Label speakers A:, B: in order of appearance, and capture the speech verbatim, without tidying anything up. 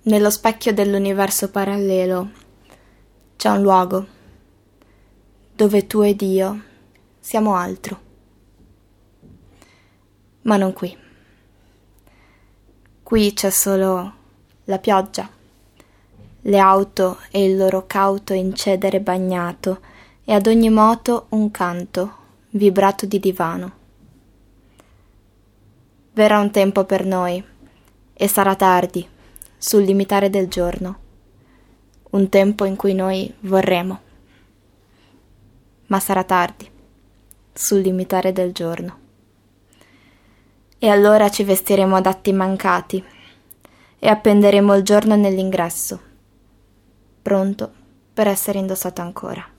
A: Nello specchio dell'universo parallelo c'è un luogo dove tu ed io siamo altro, ma non qui. Qui c'è solo la pioggia, le auto e il loro cauto incedere bagnato e ad ogni moto un canto vibrato di divano. Verrà un tempo per noi e sarà tardi, sul limitare del giorno, un tempo in cui noi vorremo, ma sarà tardi, sul limitare del giorno. E allora ci vestiremo adatti mancati e appenderemo il giorno nell'ingresso, pronto per essere indossato ancora.